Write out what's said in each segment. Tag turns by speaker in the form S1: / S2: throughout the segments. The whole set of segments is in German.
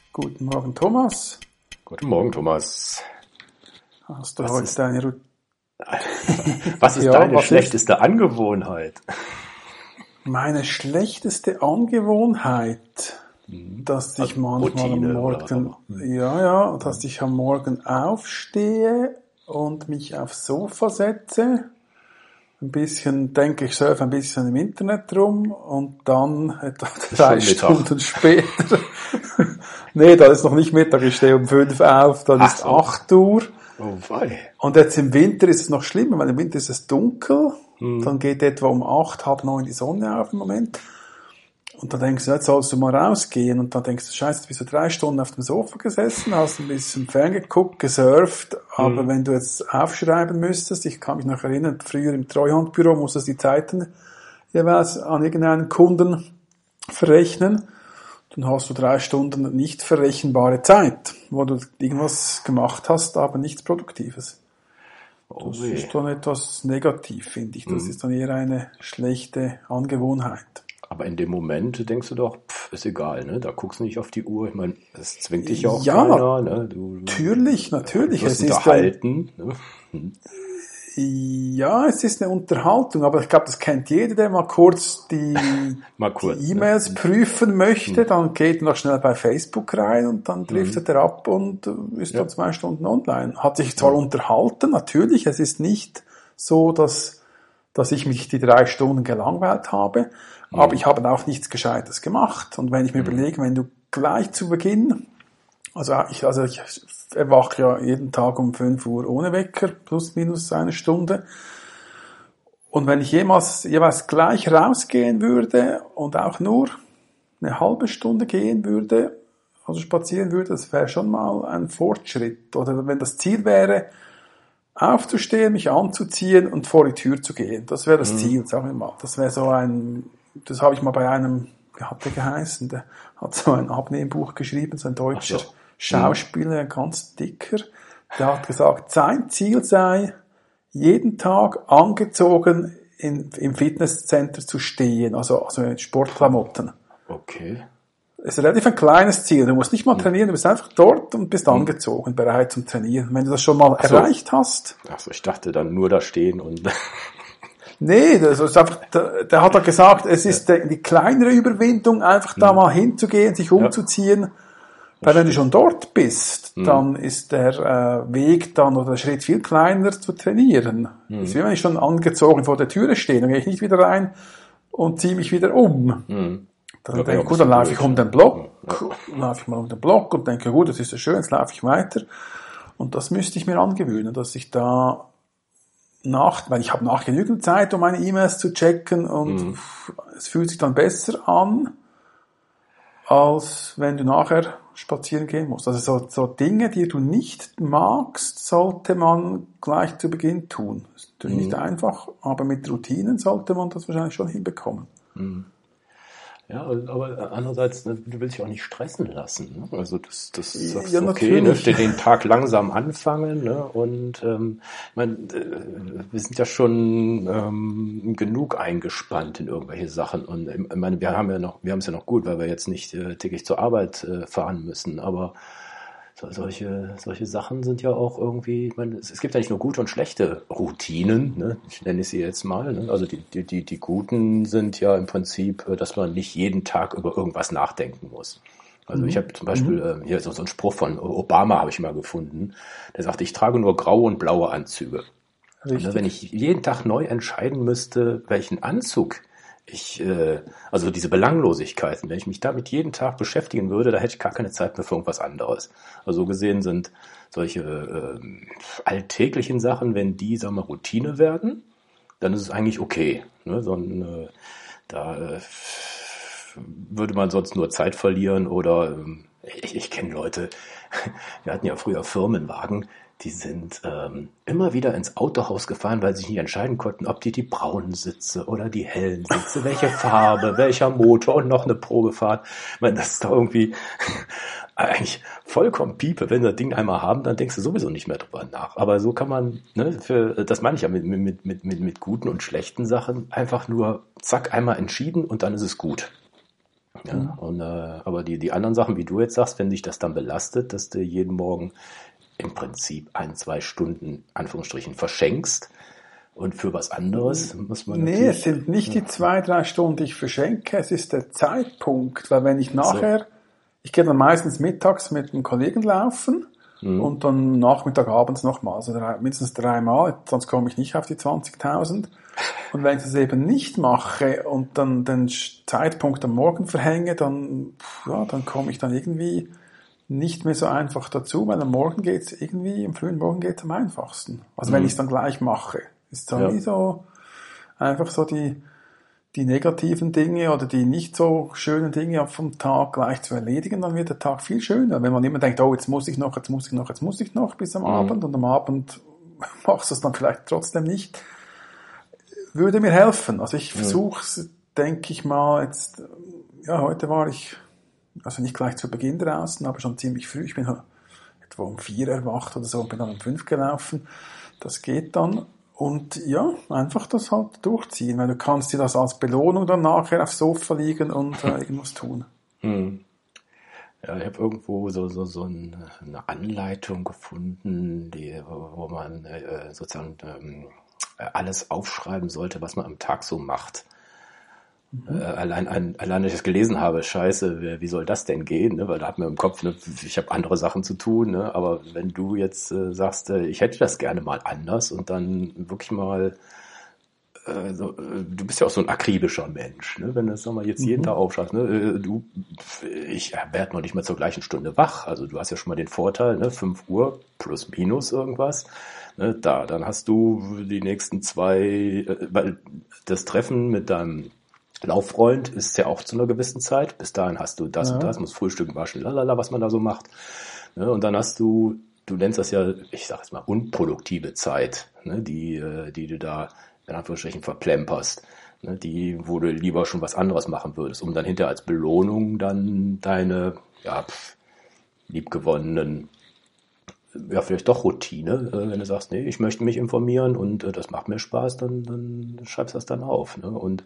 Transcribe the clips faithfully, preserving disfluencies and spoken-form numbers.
S1: Guten Morgen, Thomas.
S2: Guten Morgen, Thomas.
S1: Hast du
S2: Was
S1: heute
S2: ist-
S1: deine Routine?
S2: Was ist
S1: Ja,
S2: deine
S1: was ist-
S2: schlechteste Angewohnheit?
S1: Meine schlechteste Angewohnheit, dass ich
S2: Also
S1: manchmal
S2: Routine
S1: am
S2: oder was
S1: Morgen,
S2: auch
S1: ja, ja, dass ich am Morgen aufstehe und mich aufs Sofa setze, ein bisschen, denke ich, surfe ein bisschen im Internet rum und dann etwa drei
S2: schon Mittag.
S1: Stunden später, nee, da ist noch nicht Mittag, ich stehe um fünf auf, dann
S2: Ach
S1: ist
S2: so.
S1: acht Uhr.
S2: Oh wei.
S1: Und jetzt im Winter ist es noch schlimmer, weil im Winter ist es dunkel,
S2: Hm.
S1: dann geht etwa um acht, halb neun die Sonne auf im Moment. Und dann denkst du, jetzt sollst du mal rausgehen. Und dann denkst du, scheiße, jetzt bist du drei Stunden auf dem Sofa gesessen, hast ein bisschen ferngeguckt, gesurft. Aber
S2: Hm.
S1: wenn du jetzt aufschreiben müsstest, ich kann mich noch erinnern, früher im Treuhandbüro musstest du die Zeiten jeweils an irgendeinen Kunden verrechnen. Dann hast du drei Stunden nicht verrechenbare Zeit, wo du irgendwas gemacht hast, aber nichts Produktives.
S2: Oh
S1: Das
S2: weh.
S1: ist dann etwas negativ, finde ich. Das
S2: Mhm.
S1: ist dann eher eine schlechte Angewohnheit.
S2: Aber in dem Moment denkst du doch, pff, ist egal, ne? Da guckst du nicht auf die Uhr. Ich meine, es zwingt dich ja auch
S1: Ja,
S2: keiner, ne? Du, du
S1: Natürlich, natürlich.
S2: wirst
S1: Es ist ein,
S2: unterhalten. Ne?
S1: ja, es ist eine Unterhaltung, aber ich glaube, das kennt jeder, der mal kurz die
S2: Mal kurz.
S1: die E-Mails prüfen möchte,
S2: Mhm.
S1: dann geht er noch schnell bei Facebook rein und dann driftet er ab und äh, ist
S2: Ja.
S1: dann zwei Stunden online. Hat sich zwar unterhalten, natürlich, es ist nicht so, dass, dass ich mich die drei Stunden gelangweilt habe, aber ich habe auch nichts Gescheites gemacht. Und wenn ich mir überlege, wenn du gleich zu Beginn, also ich, also ich erwache ja jeden Tag um fünf Uhr ohne Wecker, plus minus eine Stunde. Und wenn ich jemals, jeweils gleich rausgehen würde und auch nur eine halbe Stunde gehen würde, also spazieren würde, das wäre schon mal ein Fortschritt. Oder wenn das Ziel wäre, aufzustehen, mich anzuziehen und vor die Tür zu gehen. Das wäre das Ziel, sagen wir mal. Das wäre so ein, das habe ich mal bei einem, wie hat der geheißen, der hat so ein Abnehmbuch geschrieben, so ein deutscher
S2: Ach so.
S1: Schauspieler, ein ganz dicker, der hat gesagt, sein Ziel sei, jeden Tag angezogen in, im Fitnesscenter zu stehen, also, also in Sportklamotten.
S2: Okay.
S1: Das ist relativ ein kleines Ziel. Du musst nicht mal trainieren, du bist einfach dort und bist angezogen, bereit zum Trainieren. Wenn du das schon mal
S2: so.
S1: erreicht hast,
S2: Achso, ich dachte dann nur da stehen und
S1: nee, das ist einfach, der, der hat da gesagt, es ist die, die kleinere Überwindung, einfach da mal hinzugehen, sich umzuziehen. Weil wenn du schon dort bist, dann ist der äh, Weg dann oder der Schritt viel kleiner zu trainieren. Das ist wie wenn ich schon angezogen vor der Türe stehe, dann gehe ich nicht wieder rein und ziehe mich wieder um.
S2: Mhm.
S1: Dann
S2: Ja,
S1: denke
S2: ja,
S1: ich, gut, dann
S2: ein
S1: laufe
S2: bisschen
S1: ich um
S2: blöd,
S1: den Block, dann laufe ich mal um den Block und denke, gut, das ist ja schön, jetzt laufe ich weiter. Und das müsste ich mir angewöhnen, dass ich da nach, weil ich habe nach genügend Zeit, um meine E-Mails zu checken und es fühlt sich dann besser an, als wenn du nachher spazieren gehen musst. Also so, so Dinge, die du nicht magst, sollte man gleich zu Beginn tun. Das ist natürlich nicht einfach, aber mit Routinen sollte man das wahrscheinlich schon hinbekommen.
S2: ja, aber andererseits, ne, du willst dich auch nicht stressen lassen. Ne? Also das, das sagst
S1: Ja,
S2: du, okay,
S1: natürlich.
S2: ne, den Tag langsam anfangen. Ne? Und ähm, ich meine, äh, wir sind ja schon ähm, genug eingespannt in irgendwelche Sachen. Und ich meine, wir haben ja noch, wir haben es ja noch gut, weil wir jetzt nicht äh, täglich zur Arbeit äh, fahren müssen. Aber so, solche, solche Sachen sind ja auch irgendwie, ich meine, es, es gibt ja nicht nur gute und schlechte Routinen, ne? Ich nenne sie jetzt mal. Ne? Also die, die, die, die guten sind ja im Prinzip, äh, dass man nicht jeden Tag über irgendwas nachdenken muss. Also ich habe zum Beispiel äh, hier so, so einen Spruch von Obama habe ich mal gefunden, der sagte, ich trage nur graue und blaue Anzüge. Und, ne, wenn ich jeden Tag neu entscheiden müsste, welchen Anzug ich, äh, also diese Belanglosigkeiten, wenn ich mich damit jeden Tag beschäftigen würde, da hätte ich gar keine Zeit mehr für irgendwas anderes. Also so gesehen sind solche äh, alltäglichen Sachen, wenn die, sagen wir, Routine werden, dann ist es eigentlich okay. Ne? So ein, äh, da äh, würde man sonst nur Zeit verlieren oder ähm, ich, ich kenne Leute, wir hatten ja früher Firmenwagen, die sind ähm, immer wieder ins Autohaus gefahren, weil sie sich nicht entscheiden konnten, ob die die braunen Sitze oder die hellen Sitze, welche Farbe, welcher Motor und noch eine Probefahrt. Ich meine, das ist doch irgendwie eigentlich vollkommen Piepe. Wenn sie das Ding einmal haben, dann denkst du sowieso nicht mehr drüber nach. Aber so kann man, ne, für, das meine ich ja mit, mit, mit, mit, mit guten und schlechten Sachen, einfach nur zack, einmal entschieden und dann ist es gut. Ja, mhm. und, äh, aber die, die anderen Sachen, wie du jetzt sagst, wenn dich das dann belastet, dass du jeden Morgen im Prinzip ein, zwei Stunden, Anführungsstrichen, verschenkst und für was anderes muss man
S1: nee,
S2: natürlich...
S1: es sind nicht die zwei, drei Stunden, die ich verschenke, es ist der Zeitpunkt, weil wenn ich nachher, so. ich gehe dann meistens mittags mit einem Kollegen laufen mhm. und dann Nachmittag, abends nochmal, also drei, mindestens dreimal, sonst komme ich nicht auf die zwanzigtausend. Und wenn ich das eben nicht mache und dann den Zeitpunkt am Morgen verhänge, dann, ja, dann komme ich dann irgendwie nicht mehr so einfach dazu, weil am Morgen geht's irgendwie, im frühen Morgen geht's am einfachsten. Also mhm. wenn ich es dann gleich mache, ist dann ja. nie so einfach so die, die negativen Dinge oder die nicht so schönen Dinge vom Tag gleich zu erledigen, dann wird der Tag viel schöner. Wenn man immer denkt, oh, jetzt muss ich noch, jetzt muss ich noch, jetzt muss ich noch bis am mhm. Abend und am Abend machst du es dann vielleicht trotzdem nicht, würde mir helfen. Also ich versuche es, denke ich mal, jetzt, ja, heute war ich, also nicht gleich zu Beginn draußen, aber schon ziemlich früh. Ich bin etwa um vier erwacht oder so und bin dann um fünf gelaufen. Das geht dann. Und ja, einfach das halt durchziehen, weil du kannst dir das als Belohnung dann nachher aufs Sofa liegen und äh, irgendwas tun.
S2: Hm. Ja, ich habe irgendwo so, so, so eine Anleitung gefunden, die, wo man äh, sozusagen ähm, alles aufschreiben sollte, was man am Tag so macht. Mhm. Äh, allein, ein, allein, als ich das gelesen habe, scheiße, wie, wie soll das denn gehen? Ne? Weil da hat mir im Kopf, ne, ich habe andere Sachen zu tun, ne? Aber wenn du jetzt äh, sagst, äh, ich hätte das gerne mal anders und dann wirklich mal, äh, so, äh, du bist ja auch so ein akribischer Mensch, ne? Wenn du das mal jetzt jeden mhm. Tag aufschreibst, ne? äh, du, ich werde noch nicht mal zur gleichen Stunde wach, also du hast ja schon mal den Vorteil, ne? fünf Uhr plus minus irgendwas, ne? Da, dann hast du die nächsten zwei, äh, weil das Treffen mit deinem Lauffreund ist ja auch zu einer gewissen Zeit. Bis dahin hast du das ja. und das, musst frühstücken, waschen, lalala, was man da so macht. Ne? Und dann hast du, du nennst das ja, ich sag jetzt mal, unproduktive Zeit, ne? die, die du da in Anführungsstrichen verplemperst, ne? Die, wo du lieber schon was anderes machen würdest, um dann hinterher als Belohnung dann deine, ja, pff, liebgewonnenen, ja, vielleicht doch Routine, äh, wenn du sagst, nee, ich möchte mich informieren und äh, das macht mir Spaß, dann, dann schreibst du das dann auf. Ne? Und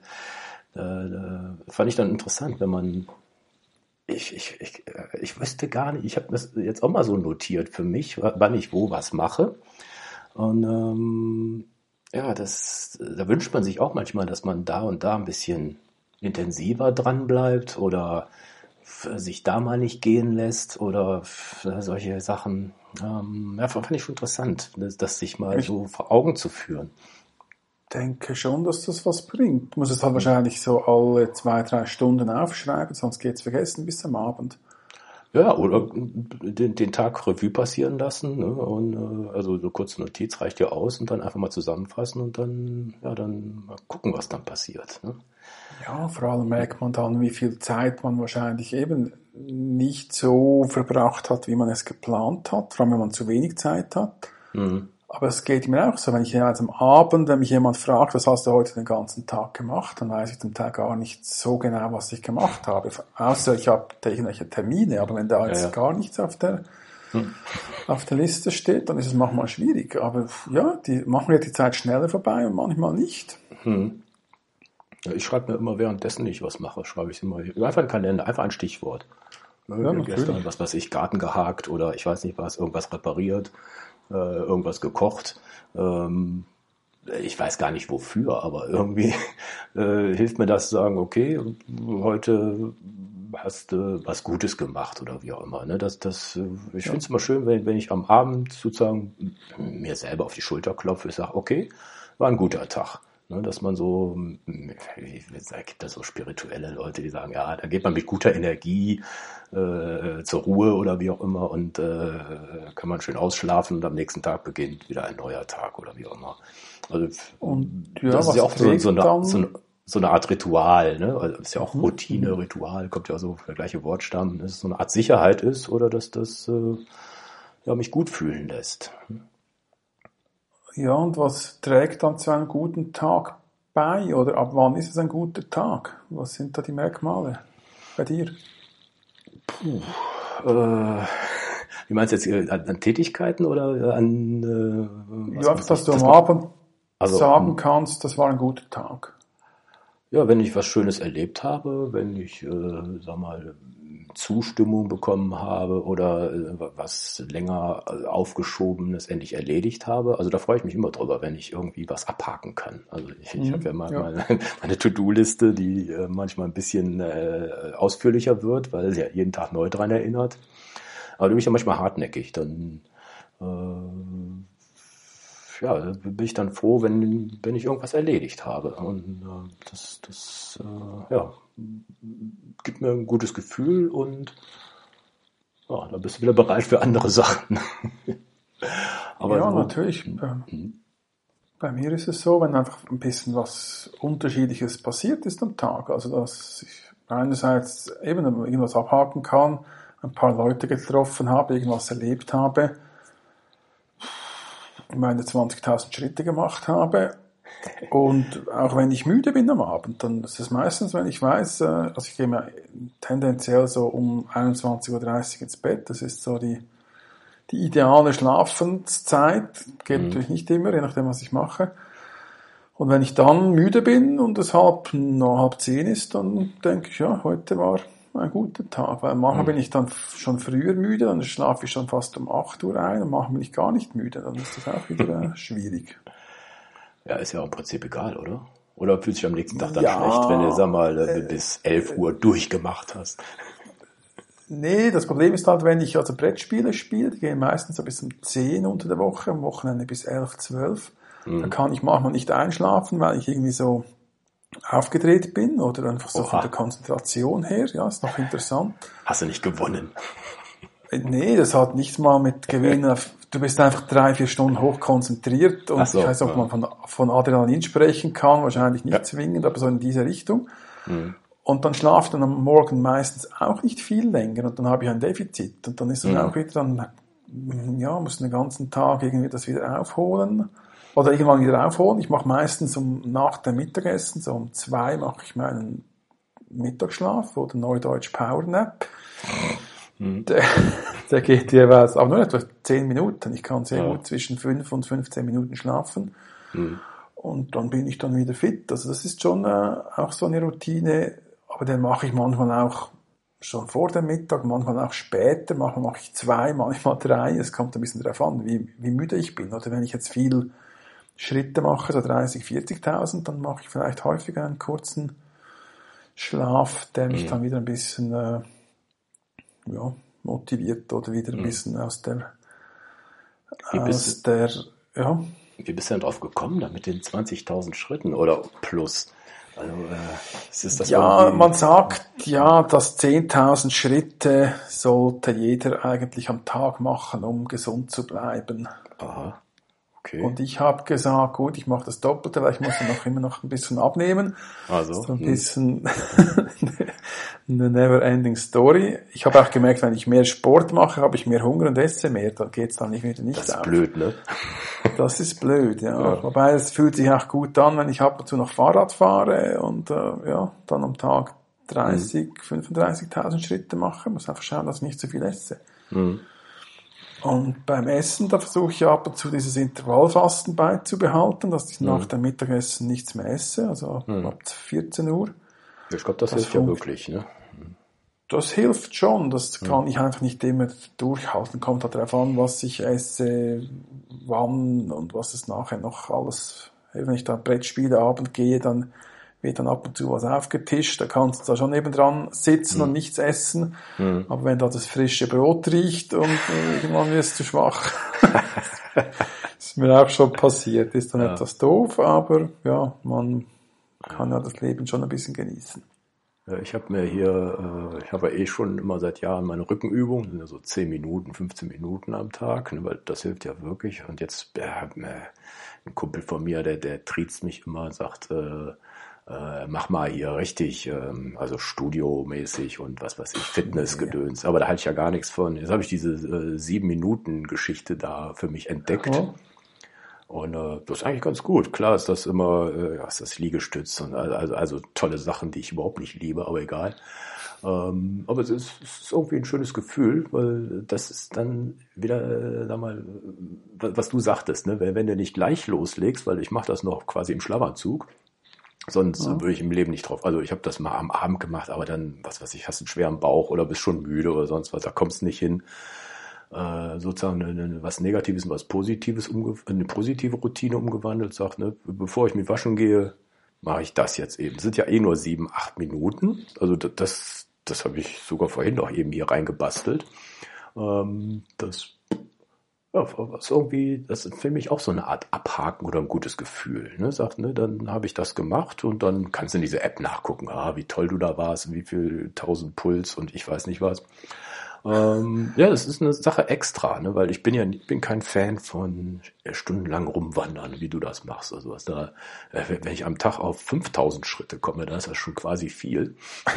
S2: Da, fand ich dann interessant, wenn man, ich, ich, ich, ich wüsste gar nicht, ich habe das jetzt auch mal so notiert für mich, wann ich wo was mache. Und ähm, ja, das, da wünscht man sich auch manchmal, dass man da und da ein bisschen intensiver dran bleibt oder sich da mal nicht gehen lässt oder solche Sachen. Ähm, ja, fand ich schon interessant, das, das sich mal so vor Augen zu führen.
S1: Ich denke schon, dass das was bringt. Du musst es halt wahrscheinlich so alle zwei, drei Stunden aufschreiben, sonst geht's vergessen bis am Abend.
S2: Ja, oder den, den Tag Revue passieren lassen, ne? Und also so kurze Notiz reicht ja aus und dann einfach mal zusammenfassen und dann, ja, dann mal gucken, was dann passiert. Ne?
S1: Ja, vor allem merkt man dann, wie viel Zeit man wahrscheinlich eben nicht so verbracht hat, wie man es geplant hat, vor allem wenn man zu wenig Zeit hat. Mhm. Aber es geht mir auch so, wenn ich jetzt am Abend, wenn mich jemand fragt, was hast du heute den ganzen Tag gemacht, dann weiß ich zum Teil gar nicht so genau, was ich gemacht habe. Außer ich habe irgendwelche Termine, aber wenn da jetzt ja, ja. gar nichts auf der, hm. auf der Liste steht, dann ist es manchmal schwierig. Aber ja, die machen ja die Zeit schneller vorbei und manchmal nicht.
S2: Hm. Ja, ich schreibe mir immer währenddessen nicht was mache, schreibe ich immer einfach einen Kalender, einfach ein Stichwort. Ja, gestern, was weiß ich, Garten gehakt oder ich weiß nicht was, irgendwas repariert. Äh, irgendwas gekocht. Ähm, ich weiß gar nicht wofür, aber irgendwie äh, hilft mir das zu sagen, okay, heute hast du äh, was Gutes gemacht oder wie auch immer. Ne? Das, das, ich ja. finde es immer schön, wenn, wenn ich am Abend sozusagen mir selber auf die Schulter klopfe, ich sage, okay, war ein guter Tag. Ne? Dass man so, es gibt da so spirituelle Leute, die sagen, ja, da geht man mit guter Energie äh, zur Ruhe oder wie auch immer und äh, kann man schön ausschlafen und am nächsten Tag beginnt wieder ein neuer Tag oder wie auch immer. Also und, ja, das ist ja auch so, so, eine, so, eine, so eine Art Ritual, ne? Also ist ja auch Routine, Ritual, kommt ja so der gleiche Wortstamm, dass es so eine Art Sicherheit ist oder dass das äh, ja, mich gut fühlen lässt.
S1: Ja, und was trägt dann zu einem guten Tag bei? Oder ab wann ist es ein guter Tag? Was sind da die Merkmale bei dir?
S2: Puh, äh, wie meinst du jetzt, äh, an, an Tätigkeiten oder an... Äh,
S1: ja, einfach, dass du am Abend also, sagen kannst, das war ein guter Tag.
S2: Ja, wenn ich was Schönes erlebt habe, wenn ich, äh, sag mal, Zustimmung bekommen habe oder äh, was länger äh, aufgeschobenes endlich erledigt habe. Also da freue ich mich immer drüber, wenn ich irgendwie was abhaken kann. Also ich, ich habe ja mal
S1: ja.
S2: meine, meine To-Do-Liste, die äh, manchmal ein bisschen äh, ausführlicher wird, weil sie ja jeden Tag neu dran erinnert. Aber du bist ja manchmal hartnäckig. Dann äh, ja, bin ich dann froh, wenn, wenn ich irgendwas erledigt habe. Und äh, das, das äh, ja, gibt mir ein gutes Gefühl und ja, dann bist du wieder bereit für andere Sachen. Aber
S1: ja,
S2: so,
S1: natürlich. Bei, bei mir ist es so, wenn einfach ein bisschen was Unterschiedliches passiert ist am Tag, also dass ich einerseits eben irgendwas abhaken kann, ein paar Leute getroffen habe, irgendwas erlebt habe, meine zwanzigtausend Schritte gemacht habe und auch wenn ich müde bin am Abend, dann ist es meistens, wenn ich weiß, also ich gehe mir tendenziell so um einundzwanzig Uhr dreißig ins Bett, das ist so die, die ideale Schlafenszeit, geht mhm. natürlich nicht immer, je nachdem was ich mache. Und wenn ich dann müde bin und es halb, noch halb zehn ist, dann denke ich, ja, heute war ein guter Tag, weil manchmal mhm. bin ich dann schon früher müde, dann schlafe ich schon fast um acht Uhr ein und manchmal bin ich gar nicht müde, dann ist das auch wieder äh, schwierig.
S2: Ja, ist ja im Prinzip egal, oder? Oder fühlst du dich am nächsten Tag dann
S1: ja,
S2: schlecht, wenn du, sag mal, äh, bis elf Uhr durchgemacht hast?
S1: Nee, das Problem ist halt, wenn ich also Brettspiele spiele, die gehen meistens so bis um zehn unter der Woche, am Wochenende bis elf, zwölf. Mhm. Dann kann ich manchmal nicht einschlafen, weil ich irgendwie so aufgedreht bin oder einfach so Oha. Von der Konzentration her. Ja, ist noch interessant.
S2: Hast du nicht gewonnen?
S1: Nee, das hat nichts mal mit Gewinnen. Du bist einfach drei, vier Stunden hochkonzentriert und so, ich weiß nicht, ob ja. man von, von Adrenalin sprechen kann, wahrscheinlich nicht ja. zwingend, aber so in diese Richtung. Mhm. Und dann schlafe ich dann am Morgen meistens auch nicht viel länger und dann habe ich ein Defizit und dann ist es mhm. auch wieder dann, ja, muss den ganzen Tag irgendwie das wieder aufholen oder irgendwann wieder aufholen. Ich mache meistens um, nach dem Mittagessen, so um zwei mache ich meinen Mittagsschlaf oder Neudeutsch Powernap. Mhm. Der, der geht jeweils, aber nur etwa zehn Minuten. Ich kann sehr ja. gut zwischen fünf und fünfzehn Minuten schlafen. Mhm. Und dann bin ich dann wieder fit. Also das ist schon äh, auch so eine Routine, aber den mache ich manchmal auch schon vor dem Mittag, manchmal auch später, manchmal mache ich zwei, manchmal drei. Es kommt ein bisschen darauf an, wie, wie müde ich bin. Oder wenn ich jetzt viel Schritte mache, so dreißig, vierzigtausend, dann mache ich vielleicht häufiger einen kurzen Schlaf, der mich mhm. dann wieder ein bisschen äh, ja, motiviert oder wieder ein mhm. bisschen aus der,
S2: wie
S1: aus
S2: bist
S1: der, ja.
S2: Wie bist du denn drauf gekommen, da mit den zwanzigtausend Schritten oder plus? Also, äh, ist das
S1: ja, man sagt ja, dass zehntausend Schritte sollte jeder eigentlich am Tag machen, um gesund zu bleiben. Aha. Okay. Und ich habe gesagt, gut, ich mache das Doppelte, weil ich muss dann noch immer noch ein bisschen abnehmen. Also so ein hm. bisschen eine never-ending Story. Ich habe auch gemerkt, wenn ich mehr Sport mache, habe ich mehr Hunger und esse mehr. Dann geht's dann nicht wieder nicht auf.
S2: Das ist auf. blöd, ne?
S1: Das ist blöd, ja. ja. Wobei es fühlt sich auch gut an, wenn ich ab und zu noch Fahrrad fahre und äh, ja, dann am Tag dreißig, hm. fünfunddreißigtausend Schritte mache. Muss einfach schauen, dass ich nicht zu viel esse. Hm. Und beim Essen, da versuche ich ab und zu dieses Intervallfasten beizubehalten, dass ich mhm. nach dem Mittagessen nichts mehr esse, also mhm. ab vierzehn Uhr.
S2: Ich glaube, das, das hilft ja wirklich, ne?
S1: Das hilft schon, das mhm. kann ich einfach nicht immer durchhalten, kommt halt darauf an, was ich esse, wann und was es nachher noch alles, wenn ich da Brettspiele Abend gehe, dann wird dann ab und zu was aufgetischt, da kannst du da schon nebendran sitzen mhm. und nichts essen, mhm. aber wenn da das frische Brot riecht und äh, irgendwann wirst du schwach. Ist mir auch schon passiert, ist dann ja. etwas doof, aber ja, man kann ja das Leben schon ein bisschen genießen.
S2: Ja, ich habe mir hier, äh, ich habe ja eh schon immer seit Jahren meine Rückenübungen, sind ja so zehn Minuten, fünfzehn Minuten am Tag, ne, weil das hilft ja wirklich und jetzt, äh, ein Kumpel von mir, der, der triezt mich immer, sagt, äh, Äh, mach mal hier richtig, ähm, also studiomäßig und was weiß ich, Fitnessgedöns. Aber da halte ich ja gar nichts von. Jetzt habe ich diese äh, sieben-Minuten-Geschichte da für mich entdeckt. Oh. Und äh, das ist eigentlich ganz gut. Klar ist das immer, äh, ja, ist das Liegestütz und also, also tolle Sachen, die ich überhaupt nicht liebe, aber egal. Ähm, aber es ist, es ist irgendwie ein schönes Gefühl, weil das ist dann wieder, äh, sag mal, was du sagtest, ne? Wenn, wenn du nicht gleich loslegst, weil ich mache das noch quasi im Schlafanzug. Sonst
S1: Ja.
S2: würde ich im Leben nicht drauf. Also ich habe das mal am Abend gemacht, aber dann, was weiß ich, hast einen schweren Bauch oder bist schon müde oder sonst was, da kommst du nicht hin. Äh, sozusagen eine, eine, was Negatives in was Positives, umge eine positive Routine umgewandelt, sagt, ne, bevor ich mich waschen gehe, mache ich das jetzt eben. Das sind ja eh nur sieben, acht Minuten. Also das, das, das habe ich sogar vorhin noch eben hier reingebastelt. Ähm, das Ja, was irgendwie, das ist für mich auch so eine Art Abhaken oder ein gutes Gefühl. Ne? Sagt, ne, dann habe ich das gemacht und dann kannst du in diese App nachgucken, ah, wie toll du da warst, wie viel tausend Puls und ich weiß nicht was. Ähm, ja, das ist eine Sache extra, ne? Weil ich bin ja ich bin kein Fan von stundenlang rumwandern, wie du das machst. Also was da, äh, wenn ich am Tag auf fünftausend Schritte komme, da ist das schon quasi viel.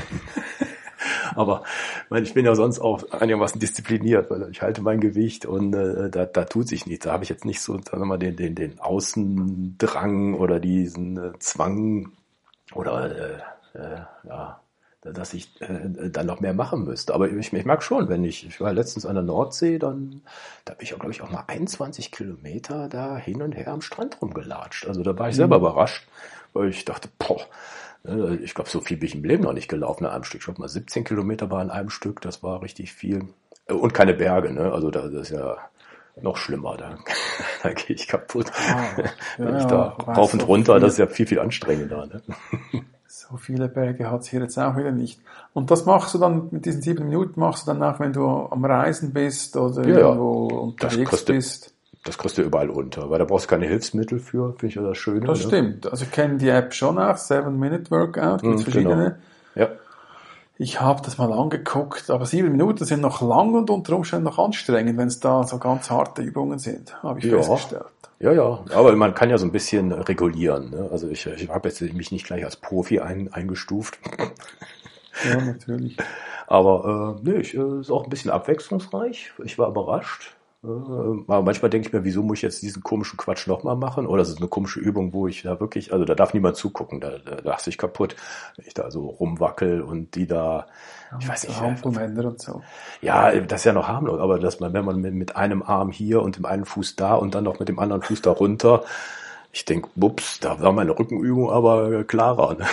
S2: Aber ich, meine, ich bin ja sonst auch einigermaßen diszipliniert, weil ich halte mein Gewicht und äh, da, da tut sich nichts. Da habe ich jetzt nicht so, sagen wir mal, den, den, den Außendrang oder diesen äh, Zwang oder äh, äh, ja, dass ich äh, dann noch mehr machen müsste. Aber ich, ich mag schon, wenn ich, ich war letztens an der Nordsee, dann da bin ich auch, glaube ich, auch mal einundzwanzig Kilometer da hin und her am Strand rumgelatscht. Also da war ich selber mhm. überrascht, weil ich dachte, boah, ich glaube, so viel bin ich im Leben noch nicht gelaufen an einem Stück. Ich glaube mal siebzehn Kilometer war an einem Stück, das war richtig viel. Und keine Berge, ne? Also das ist ja noch schlimmer, da, da gehe ich kaputt. Ah, wenn ja, ich da rauf und runter, viel, das ist ja viel, viel anstrengender. Ne?
S1: So viele Berge hat es hier jetzt auch wieder nicht. Und das machst du dann mit diesen sieben Minuten, machst du dann auch, wenn du am Reisen bist oder ja, irgendwo unterwegs
S2: das
S1: bist?
S2: Das kriegst du überall unter, weil da brauchst du keine Hilfsmittel für, finde ich ja das Schöne.
S1: Das
S2: ne?
S1: stimmt. Also ich kenne die App schon auch, seven minute Workout, gibt es mm, verschiedene.
S2: Genau. Ja.
S1: Ich habe das mal angeguckt, aber sieben Minuten sind noch lang und unter Umständen noch anstrengend, wenn es da so ganz harte Übungen sind, habe ich
S2: ja.
S1: festgestellt.
S2: Ja, ja, aber man kann ja so ein bisschen regulieren. Ne? Also ich, ich habe jetzt mich nicht gleich als Profi ein, eingestuft.
S1: Ja, natürlich.
S2: Aber äh, nee, ich, äh, ist auch ein bisschen abwechslungsreich. Ich war überrascht. Aber manchmal denke ich mir, wieso muss ich jetzt diesen komischen Quatsch nochmal machen? Oder es ist eine komische Übung, wo ich da wirklich, also da darf niemand zugucken, da, da lache ich kaputt, wenn ich da so rumwackel und die da,
S1: ja,
S2: ich weiß nicht.
S1: Hampelmänner und so.
S2: Ja, das ist ja noch harmlos, aber dass man, wenn man mit, mit einem Arm hier und dem einen Fuß da und dann noch mit dem anderen Fuß da runter, ich denke, bups, da war meine Rückenübung aber klarer. Ne?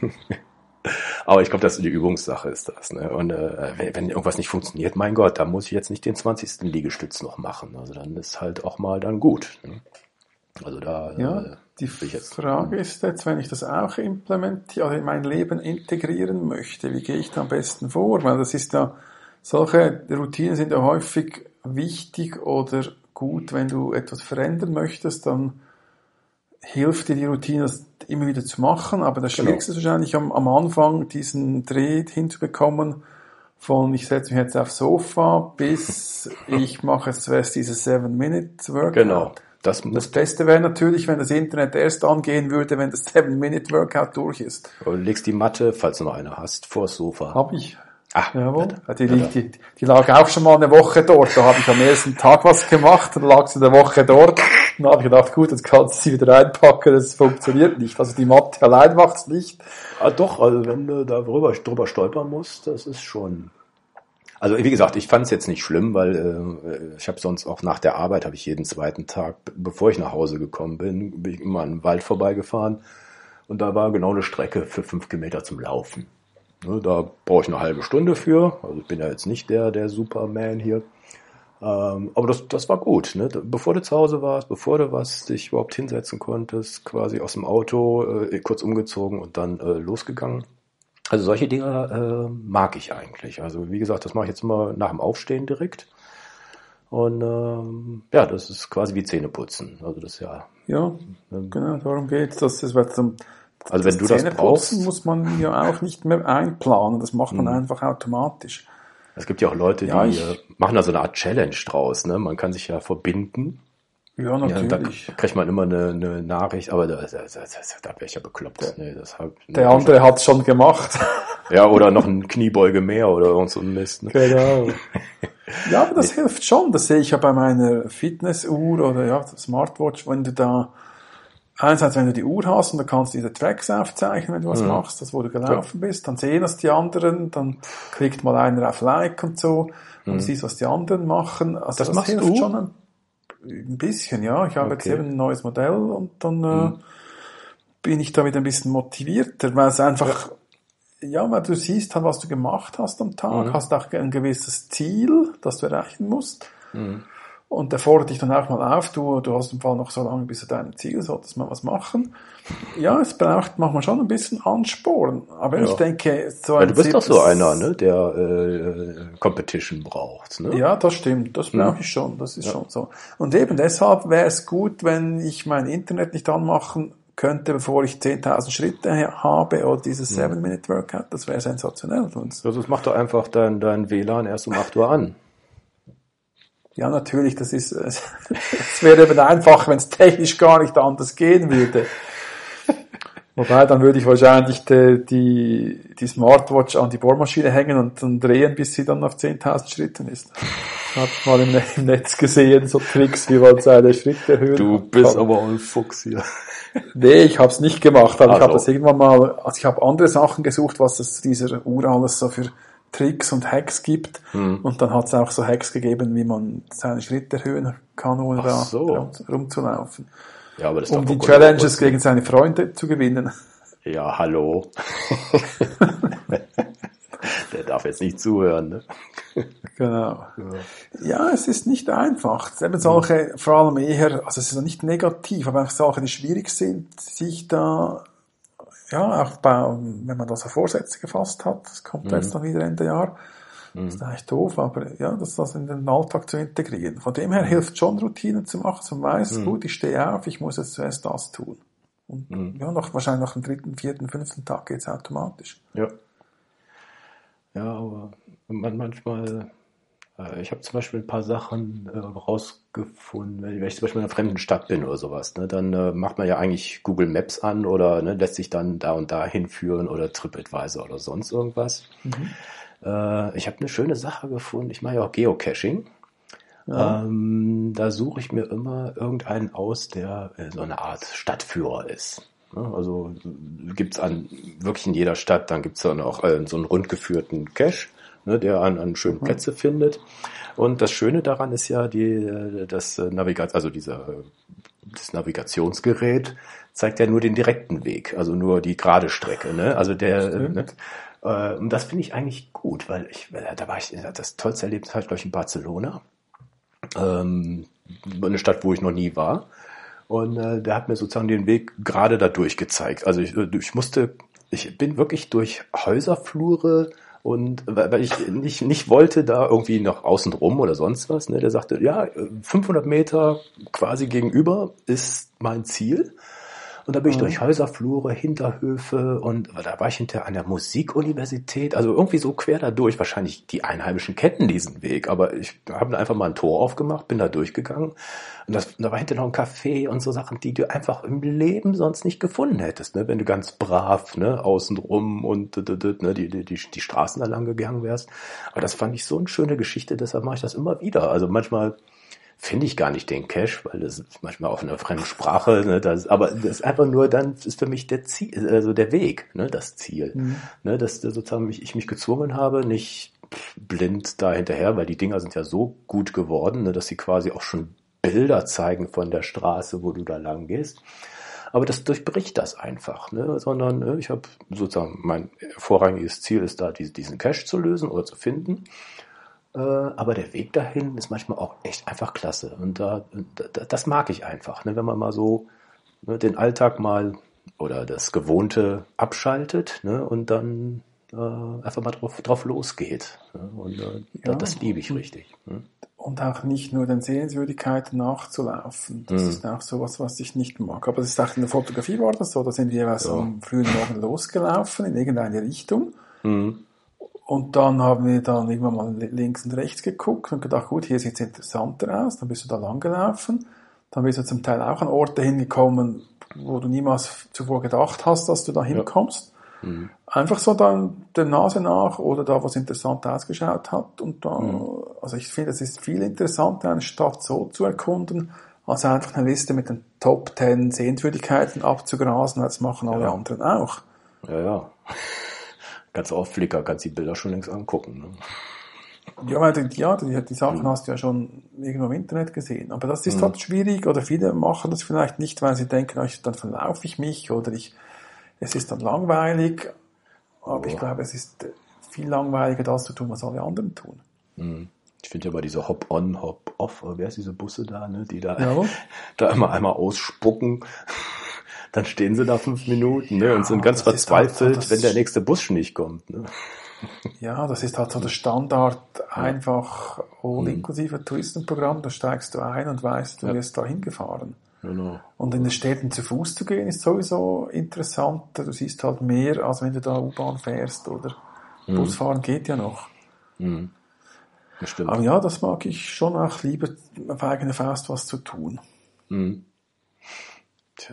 S2: Aber ich glaube, das ist die Übungssache ist das. Ne? Und äh, wenn, wenn irgendwas nicht funktioniert, mein Gott, dann muss ich jetzt nicht den zwanzigsten Liegestütz noch machen. Also dann ist halt auch mal dann gut. Ne? Also da.
S1: Ja,
S2: äh,
S1: die ich jetzt, Frage hm. ist jetzt, wenn ich das auch implementiere, also in mein Leben integrieren möchte, wie gehe ich da am besten vor? Weil das ist ja, solche Routinen sind ja häufig wichtig oder gut, wenn du etwas verändern möchtest, dann hilft dir die Routine, das immer wieder zu machen, aber das Schwierigste genau. ist wahrscheinlich am, am Anfang, diesen Dreh hinzubekommen, von ich setze mich jetzt aufs Sofa, bis ich mache jetzt zuerst dieses seven minute Workout.
S2: Genau.
S1: Das, das Beste wäre natürlich, wenn das Internet erst angehen würde, wenn das seven minute Workout durch ist.
S2: Du legst die Matte, falls du noch eine hast, vors Sofa.
S1: Hab ich.
S2: Ach,
S1: jawohl. Die, die, die, die lag auch schon mal eine Woche dort. Da habe ich am ersten Tag was gemacht, dann lag sie eine Woche dort. Dann habe ich gedacht, gut, jetzt kannst du sie wieder reinpacken, das funktioniert nicht. Also die Matte allein macht's nicht.
S2: Ah, doch, also wenn du da drüber, drüber stolpern musst, das ist schon... Also wie gesagt, ich fand es jetzt nicht schlimm, weil äh, ich habe sonst auch nach der Arbeit, habe ich jeden zweiten Tag, bevor ich nach Hause gekommen bin, bin ich immer an den Wald vorbeigefahren und da war genau eine Strecke für fünf Kilometer zum Laufen. Ne, da brauche ich eine halbe Stunde für, also ich bin ja jetzt nicht der der Superman hier, ähm, aber das das war gut. Ne? Bevor du zu Hause warst, bevor du was dich überhaupt hinsetzen konntest, quasi aus dem Auto, äh, kurz umgezogen und dann äh, losgegangen. Also solche Dinge äh, mag ich eigentlich. Also wie gesagt, das mache ich jetzt immer nach dem Aufstehen direkt. Und ähm, ja, das ist quasi wie Zähneputzen. Also das ist ja.
S1: Ja, ähm, genau, darum geht's. Das ist was zum
S2: Also wenn du das brauchst,
S1: muss man ja auch nicht mehr einplanen. Das macht man mh. einfach automatisch.
S2: Es gibt ja auch Leute, die ja, ich, machen da so eine Art Challenge draus. Ne? Man kann sich ja verbinden.
S1: Ja, natürlich.
S2: Ja, da kriegt man immer eine, eine Nachricht, aber da, da, da, da wäre ich ja bekloppt. Nee, das hat,
S1: der andere hat's schon gemacht.
S2: Ja, oder noch ein Kniebeuge mehr oder irgend so ein Mist. Ne?
S1: Genau. Ja, aber das hilft schon. Das sehe ich ja bei meiner Fitnessuhr oder ja, Smartwatch, wenn du da einerseits, wenn du die Uhr hast und da kannst du diese Tracks aufzeichnen, wenn du was mhm. machst, das wo du gelaufen ja. bist, dann sehen das die anderen, dann klickt mal einer auf Like und so und mhm. siehst, was die anderen machen. Also
S2: das,
S1: das
S2: machst
S1: hilft
S2: du?
S1: schon ein, ein bisschen, ja. Ich habe okay. jetzt eben ein neues Modell und dann,
S2: mhm.
S1: äh, bin ich da wieder ein bisschen motivierter, weil es einfach, ja, ja weil du siehst halt, was du gemacht hast am Tag, mhm. hast auch ein gewisses Ziel, das du erreichen musst. Mhm. Und der fordert dich dann auch mal auf, du, du hast im Fall noch so lange bis zu deinem Ziel, solltest mal was machen. Ja, es braucht manchmal schon ein bisschen Ansporn. Aber ja. ich denke, so ein
S2: ja, du bist doch so einer, ne, der äh, Competition braucht, ne?
S1: Ja, das stimmt, das brauche ich schon, das ist ja. schon so. Und eben deshalb wäre es gut, wenn ich mein Internet nicht anmachen könnte, bevor ich zehntausend Schritte habe oder dieses seven minute Workout, das wäre sensationell für uns.
S2: Also das macht doch einfach dein, dein W L A N erst um acht Uhr an.
S1: Ja, natürlich, das ist, es wäre eben einfach, wenn es technisch gar nicht anders gehen würde. Wobei, dann würde ich wahrscheinlich die, die, die Smartwatch an die Bohrmaschine hängen und dann drehen, bis sie dann auf zehntausend Schritten ist. Das habe ich mal im, im Netz gesehen, so Tricks, wie man seine Schritte erhöhen kann.
S2: Du bist aber ein Fuchs hier.
S1: Nee, ich habe es nicht gemacht, aber
S2: also.
S1: ich habe das irgendwann mal, also ich habe andere Sachen gesucht, was es dieser Uhr alles so für Tricks und Hacks gibt. Hm. Und dann hat es auch so Hacks gegeben, wie man seine Schritte erhöhen kann, ohne da
S2: so.
S1: rum, rumzulaufen.
S2: Ja, aber das
S1: um die Challenges gegen seine Freunde zu gewinnen.
S2: Ja, hallo. Der darf jetzt nicht zuhören, ne?
S1: Genau. Ja. ja, es ist nicht einfach. Es sind eben solche, vor allem eher, also es ist nicht negativ, aber einfach solche, die schwierig sind, sich da, ja, auch bei, wenn man da so Vorsätze gefasst hat, das kommt mhm. jetzt dann wieder Ende Jahr, das ist eigentlich doof, aber ja, das, das in den Alltag zu integrieren. Von dem her mhm. hilft schon, Routinen zu machen, so man weiß, mhm. gut, ich stehe auf, ich muss jetzt zuerst das tun. Und mhm. ja, noch, wahrscheinlich nach dem dritten, vierten, fünften Tag geht's automatisch.
S2: Ja. Ja, aber man, manchmal, äh, ich habe zum Beispiel ein paar Sachen äh, rausgefunden, wenn ich, wenn ich zum Beispiel in einer fremden Stadt bin oder sowas, ne, dann äh, macht man ja eigentlich Google Maps an oder ne, lässt sich dann da und da hinführen oder TripAdvisor oder sonst irgendwas. Mhm. Äh, ich habe eine schöne Sache gefunden, ich mache ja auch Geocaching. Ja. Ähm, da suche ich mir immer irgendeinen aus, der äh, so eine Art Stadtführer ist. Also gibt's an wirklich in jeder Stadt, dann gibt's dann auch äh, so einen rundgeführten Cache, ne, der an, an schönen Plätze mhm. findet. Und das Schöne daran ist ja, die das Navigat, also dieser das Navigationsgerät zeigt ja nur den direkten Weg, also nur die gerade Strecke, ne? Also der ne? äh, und das finde ich eigentlich gut, weil ich da war ich das tollste Erlebnis halt glaube ich in Barcelona, ähm, eine Stadt, wo ich noch nie war. Und äh, der hat mir sozusagen den Weg gerade da durchgezeigt. Also ich, ich musste, ich bin wirklich durch Häuserflure und weil ich nicht nicht wollte da irgendwie noch außen rum oder sonst was. Ne, der sagte, ja, fünfhundert Meter quasi gegenüber ist mein Ziel. Und da bin ich durch Häuserflure, Hinterhöfe und da war ich hinterher an der Musikuniversität, also irgendwie so quer da durch. Wahrscheinlich die Einheimischen kennen diesen Weg, aber ich habe einfach mal ein Tor aufgemacht, bin da durchgegangen und das, da war hinterher noch ein Café und so Sachen, die du einfach im Leben sonst nicht gefunden hättest, ne? Wenn du ganz brav ne, außenrum und ne, die, die, die, die Straßen da lang gegangen wärst. Aber das fand ich so eine schöne Geschichte, deshalb mache ich das immer wieder. Also manchmal finde ich gar nicht den Cache, weil das ist manchmal auf einer fremden Sprache, ne, das, aber das ist einfach nur, dann ist für mich der Ziel, also der Weg, ne, das Ziel, mhm. ne, dass sozusagen mich, ich mich gezwungen habe, nicht blind da hinterher, weil die Dinger sind ja so gut geworden, ne, dass sie quasi auch schon Bilder zeigen von der Straße, wo du da lang gehst. Aber das durchbricht das einfach, ne, sondern ne, ich habe sozusagen, mein vorrangiges Ziel ist da, diesen Cache zu lösen oder zu finden. Aber der Weg dahin ist manchmal auch echt einfach klasse. Und da, das mag ich einfach, ne? Wenn man mal so ne, den Alltag mal oder das Gewohnte abschaltet, ne? Und dann äh, einfach mal drauf, drauf losgeht. Ne? Und äh, ja. das, das liebe ich richtig. Ne?
S1: Und auch nicht nur den Sehenswürdigkeiten nachzulaufen. Das mhm. ist auch sowas, was ich nicht mag. Aber das ist auch in der Fotografie war das so. Da sind wir jeweils ja. am frühen Morgen losgelaufen in irgendeine Richtung. Mhm. Und dann haben wir dann irgendwann mal links und rechts geguckt und gedacht, gut, hier sieht's interessanter aus. Dann bist du da lang gelaufen. Dann bist du zum Teil auch an Orte hingekommen, wo du niemals zuvor gedacht hast, dass du da hinkommst. Ja. Mhm. Einfach so dann der Nase nach oder da, was interessant ausgeschaut hat. Und da, mhm. also ich finde, es ist viel interessanter, eine Stadt so zu erkunden, als einfach eine Liste mit den Top Ten Sehenswürdigkeiten abzugrasen, das machen alle ja. anderen auch.
S2: Ja, ja. Kannst du auf Flickr, kannst die Bilder schon längst angucken. Ne?
S1: Ja, weil die, ja, die, die Sachen hast du ja schon irgendwo im Internet gesehen. Aber das ist halt schwierig, oder viele machen das vielleicht nicht, weil sie denken, oh, dann verlaufe ich mich, oder ich, es ist dann langweilig. Aber
S2: Oh.
S1: ich glaube, es ist viel langweiliger, das zu tun, was alle anderen tun.
S2: Mhm. Ich finde ja bei dieser Hop-on, Hop-off, wer ist diese Busse da, ne, die da,
S1: Ja.
S2: da immer einmal ausspucken. Dann stehen sie da fünf Minuten, ne,
S1: Ja,
S2: und sind ganz
S1: das ist halt
S2: verzweifelt,
S1: so, das-
S2: wenn der nächste Bus nicht kommt, ne.
S1: Ja, das ist halt so der Standard, einfach all-inklusive Touristenprogramm. Da steigst du ein und weißt, du wirst da hingefahren.
S2: Genau.
S1: Und in den Städten zu Fuß zu gehen, ist sowieso interessanter. Du siehst halt mehr, als wenn du da U-Bahn fährst oder Busfahren geht ja noch.
S2: Mhm. Das stimmt.
S1: Aber ja, das mag ich schon auch lieber, auf eigene Faust was zu tun.
S2: Mhm. Tja.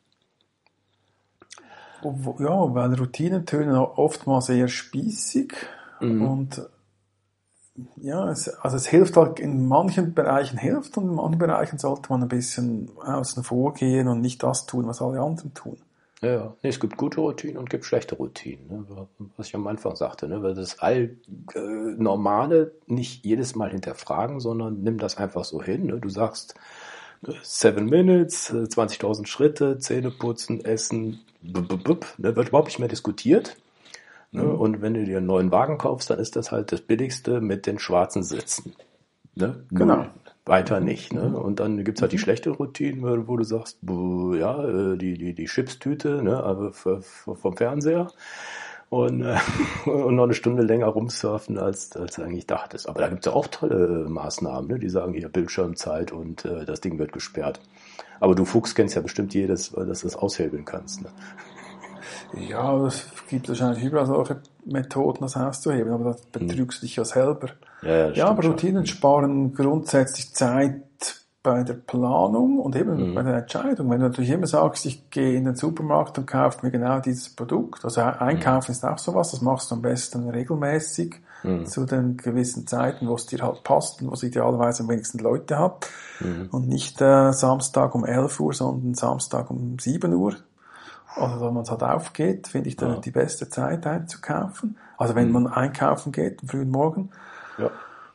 S1: Obwohl- Ja, weil Routinen tönen oftmals eher spießig und ja, es, also es hilft halt, in manchen Bereichen hilft und in manchen Bereichen sollte man ein bisschen außen vor gehen und nicht das tun, was alle anderen tun.
S2: Ja, ja. Nee, es gibt gute Routinen und gibt schlechte Routinen, ne? Was ich am Anfang sagte, ne? Weil das all äh, Normale nicht jedes Mal hinterfragen, sondern nimm das einfach so hin. Ne? Du sagst äh, seven Minutes, äh, zwanzigtausend Schritte, Zähne putzen, essen, bup, bup, bup, ne? Wird überhaupt nicht mehr diskutiert. Ne? Mhm. Und wenn du dir einen neuen Wagen kaufst, dann ist das halt das Billigste mit den schwarzen Sitzen. Ne?
S1: Genau.
S2: Null. Weiter nicht, ne? Und dann gibt's halt die schlechte Routine, wo du sagst, buh, ja, die, die, die Chipstüte, ne, aber für, für, vom Fernseher und, äh, und noch eine Stunde länger rumsurfen, als, als du eigentlich dachtest. Aber da gibt's ja auch tolle Maßnahmen, ne? Die sagen hier Bildschirmzeit und äh, das Ding wird gesperrt. Aber du Fuchs kennst ja bestimmt jedes, dass du das aushebeln kannst, ne?
S1: Ja, es gibt wahrscheinlich überall solche Methoden, das auszuheben, aber da betrügst du dich ja selber.
S2: Ja,
S1: ja aber Routinen schon. sparen grundsätzlich Zeit bei der Planung und eben mhm. bei der Entscheidung. Wenn du natürlich immer sagst, ich gehe in den Supermarkt und kaufe mir genau dieses Produkt, also einkaufen mhm. ist auch sowas, das machst du am besten regelmäßig mhm. zu den gewissen Zeiten, wo es dir halt passt und wo es idealerweise am wenigsten Leute hat mhm. und nicht äh, Samstag um elf Uhr, sondern Samstag um sieben Uhr. Also wenn man es halt aufgeht, finde ich dann ja. die beste Zeit einzukaufen. Also wenn mhm. man einkaufen geht, am frühen Morgen.
S2: Ja.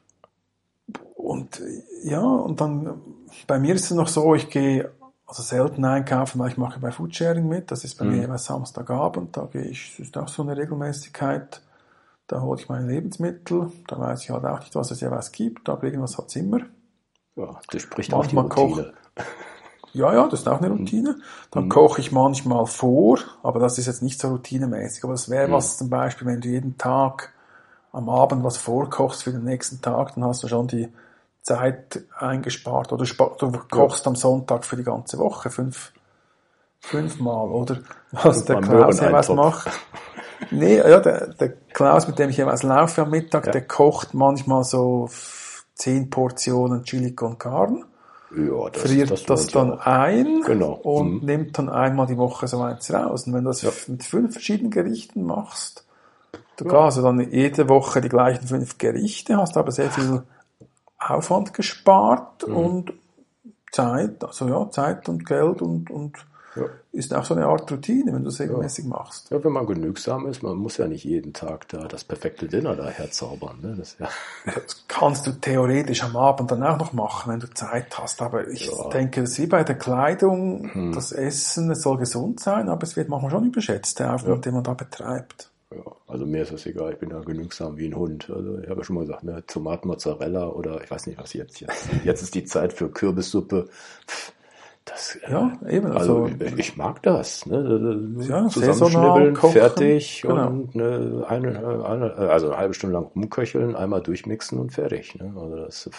S1: Und ja, und dann, bei mir ist es noch so, ich gehe also selten einkaufen, weil ich mache bei Foodsharing mit. Das ist bei mhm. mir immer Samstagabend. Da gehe ich, das ist auch so eine Regelmäßigkeit. Da hole ich meine Lebensmittel. Da weiß ich halt auch nicht, was es jeweils gibt, aber irgendwas hat's immer.
S2: Ja, das spricht auch die Routine.
S1: Koch, Ja, ja, das ist auch eine Routine. Dann mhm. koche ich manchmal vor, aber das ist jetzt nicht so routinemäßig. Aber das wäre mhm. was zum Beispiel, wenn du jeden Tag am Abend was vorkochst für den nächsten Tag, dann hast du schon die Zeit eingespart. Oder du kochst ja. am Sonntag für die ganze Woche fünf, fünfmal, oder? Was der Klaus jeweils macht. Nee, ja, der, der Klaus, mit dem ich jeweils laufe am Mittag, ja. der kocht manchmal so zehn Portionen Chili con Carne.
S2: Ja, das,
S1: friert
S2: das,
S1: das dann auch. ein
S2: genau.
S1: und
S2: mhm.
S1: nimmt dann einmal die Woche so eins raus. Und wenn du das
S2: ja.
S1: mit fünf verschiedenen Gerichten machst, du ja. kannst dann jede Woche die gleichen fünf Gerichte, hast aber sehr viel Aufwand gespart mhm. und Zeit, also ja, Zeit und Geld und, und ja. ist auch so eine Art Routine, wenn du es regelmäßig
S2: ja.
S1: machst.
S2: Ja, wenn man genügsam ist, man muss ja nicht jeden Tag da das perfekte Dinner da herzaubern. Ne? Das, ja.
S1: das kannst du theoretisch am Abend dann auch noch machen, wenn du Zeit hast. Aber ich ja. denke, das ist wie bei der Kleidung, hm. das Essen, es soll gesund sein, aber es wird manchmal schon überschätzt, der Aufwand, ja. den man da betreibt.
S2: Ja, also mir ist das egal, ich bin da genügsam wie ein Hund. Also ich habe ja schon mal gesagt, ne, Tomaten Mozzarella oder ich weiß nicht, was jetzt jetzt. Jetzt ist die Zeit für Kürbissuppe. Pff. Das,
S1: ja, eben.
S2: Also, also ich mag das. Ne?
S1: Ja,
S2: zusammenschnibbeln, fertig genau. und eine, eine, eine, also eine halbe Stunde lang rumköcheln, einmal durchmixen und fertig. Ne? Also das,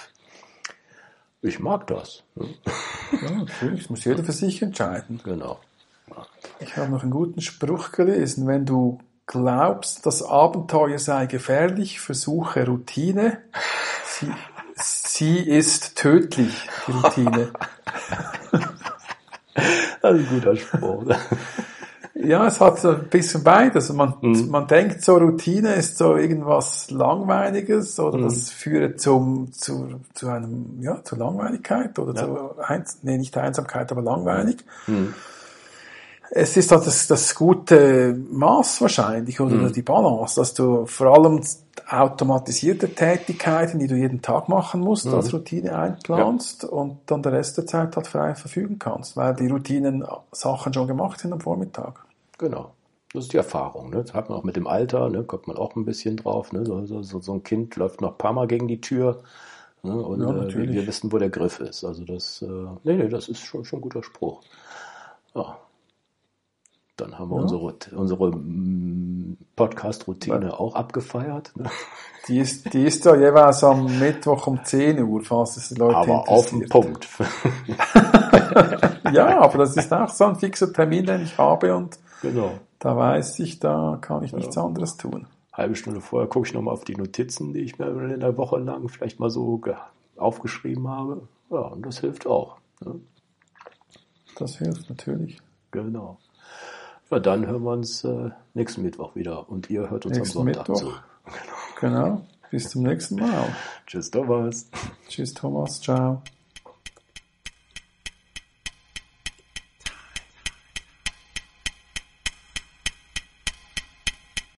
S2: ich mag das. Ne?
S1: Ja, natürlich, das muss jeder für sich entscheiden.
S2: Genau.
S1: Ich habe noch einen guten Spruch gelesen. Wenn du glaubst, das Abenteuer sei gefährlich, versuche Routine. Sie, sie ist tödlich, die Routine.
S2: Das ist ein guter Spruch.
S1: Ja, es hat so ein bisschen beides. Man, mhm. man denkt so, Routine ist so irgendwas Langweiliges oder mhm. das führt zum, zu, zu einem, ja, zur Langweiligkeit oder ja. zu, Eins, nee, nicht Einsamkeit, aber langweilig. Mhm. es ist halt das, das gute Maß wahrscheinlich oder
S2: Mhm.
S1: die Balance, dass du vor allem automatisierte Tätigkeiten, die du jeden Tag machen musst,
S2: Mhm.
S1: als Routine einplanst und dann der Rest der Zeit halt frei verfügen kannst, weil die Routinen Sachen schon gemacht sind am Vormittag.
S2: Genau. Das ist die Erfahrung. Ne? Das hat man auch mit dem Alter, ne? Kommt man auch ein bisschen drauf. Ne? So, so, so ein Kind läuft noch ein paar Mal gegen die Tür. Ne? Und
S1: Ja,
S2: äh, wir,
S1: natürlich.
S2: wir wissen, wo der Griff ist. Also das, äh, nee, nee, das ist schon, schon ein guter Spruch. Ja. Dann haben wir
S1: Ja.
S2: unsere, unsere mm, Podcast-Routine auch abgefeiert. Ne?
S1: Die ist, die ist ja jeweils am Mittwoch um zehn Uhr, falls es die Leute
S2: Aber auf den
S1: interessiert.
S2: Punkt.
S1: Ja, aber das ist auch so ein fixer Termin, den ich habe und
S2: Genau.
S1: da weiß ich, da kann ich nichts anderes tun.
S2: Halbe Stunde vorher gucke ich nochmal auf die Notizen, die ich mir in der Woche lang vielleicht mal so ge- aufgeschrieben habe. Ja, und das hilft auch. Ne?
S1: Das hilft natürlich.
S2: Genau. Ja, dann hören wir uns äh, nächsten Mittwoch wieder und ihr hört uns
S1: Nächsten
S2: am Sonntag
S1: Mittwoch.
S2: zu.
S1: Genau. Bis zum nächsten Mal.
S2: Tschüss, Thomas.
S1: Tschüss, Thomas. Ciao.